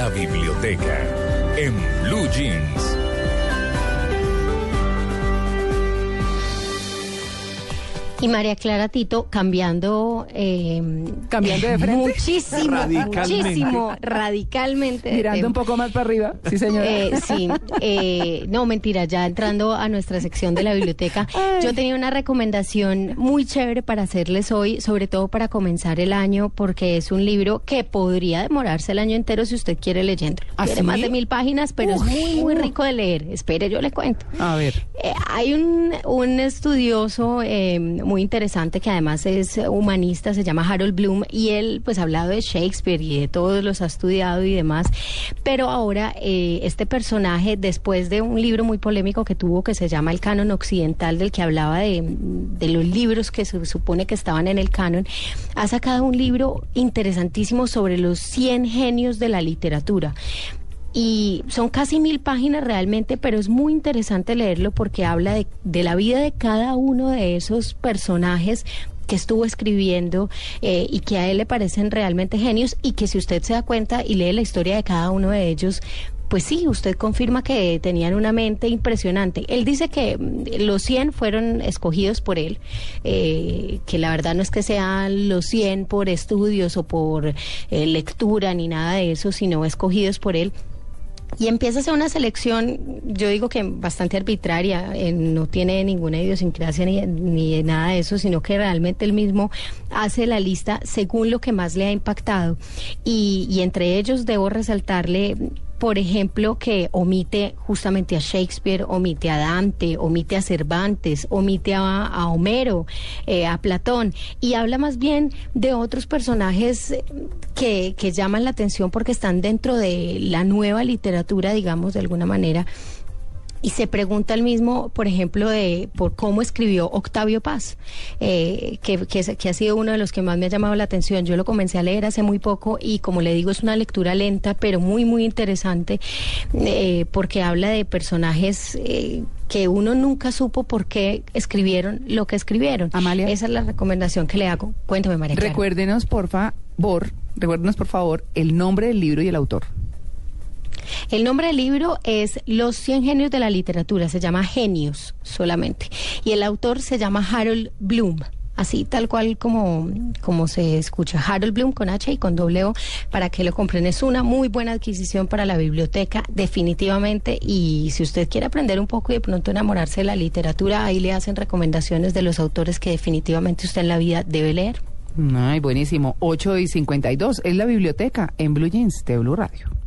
La biblioteca en Blue Jeans. Y María Clara Tito cambiando de frente. Muchísimo, radicalmente. Mirando un poco más para arriba, sí señora. No, mentira, ya entrando a nuestra sección de la biblioteca, yo tenía una recomendación muy chévere para hacerles hoy, sobre todo para comenzar el año, porque es un libro que podría demorarse el año entero si usted quiere leyéndolo. Tiene más de 1000 páginas, pero es muy rico de leer. Espere, yo le cuento. A ver. Hay un estudioso muy interesante que además es humanista, se llama Harold Bloom, y él pues ha hablado de Shakespeare y de todos los ha estudiado y demás, pero ahora este personaje, después de un libro muy polémico que tuvo que se llama El Canon Occidental, del que hablaba de los libros que se supone que estaban en el canon, ha sacado un libro interesantísimo sobre los 100 genios de la literatura. Y son casi 1000 páginas realmente, pero es muy interesante leerlo porque habla de la vida de cada uno de esos personajes que estuvo escribiendo y que a él le parecen realmente genios, y que si usted se da cuenta y lee la historia de cada uno de ellos, pues sí, usted confirma que tenían una mente impresionante. Él dice que los 100 fueron escogidos por él, que la verdad no es que sean los 100 por estudios o por lectura ni nada de eso, sino escogidos por él. Y empieza a ser una selección, yo digo que bastante arbitraria, no tiene ninguna idiosincrasia ni nada de eso, sino que realmente él mismo hace la lista según lo que más le ha impactado. Y entre ellos debo resaltarle, por ejemplo, que omite justamente a Shakespeare, omite a Dante, omite a Cervantes, omite a Homero, a Platón, y habla más bien de otros personajes que llaman la atención porque están dentro de la nueva literatura, digamos, de alguna manera. Y se pregunta el mismo, por ejemplo, por cómo escribió Octavio Paz, que ha sido uno de los que más me ha llamado la atención. Yo lo comencé a leer hace muy poco y, como le digo, es una lectura lenta, pero muy interesante, porque habla de personajes que uno nunca supo por qué escribieron lo que escribieron. Amalia, esa es la recomendación que le hago. Cuéntame, María Clara. Recuérdenos, por favor, el nombre del libro y el autor. El nombre del libro es Los 100 genios de la literatura, se llama Genios solamente, y el autor se llama Harold Bloom, así tal cual como se escucha, Harold Bloom con H y con doble O, para que lo compren. Es una muy buena adquisición para la biblioteca, definitivamente, y si usted quiere aprender un poco y de pronto enamorarse de la literatura, ahí le hacen recomendaciones de los autores que definitivamente usted en la vida debe leer. Ay, buenísimo. 8:52, es la biblioteca en Blue Jeans de Blue Radio.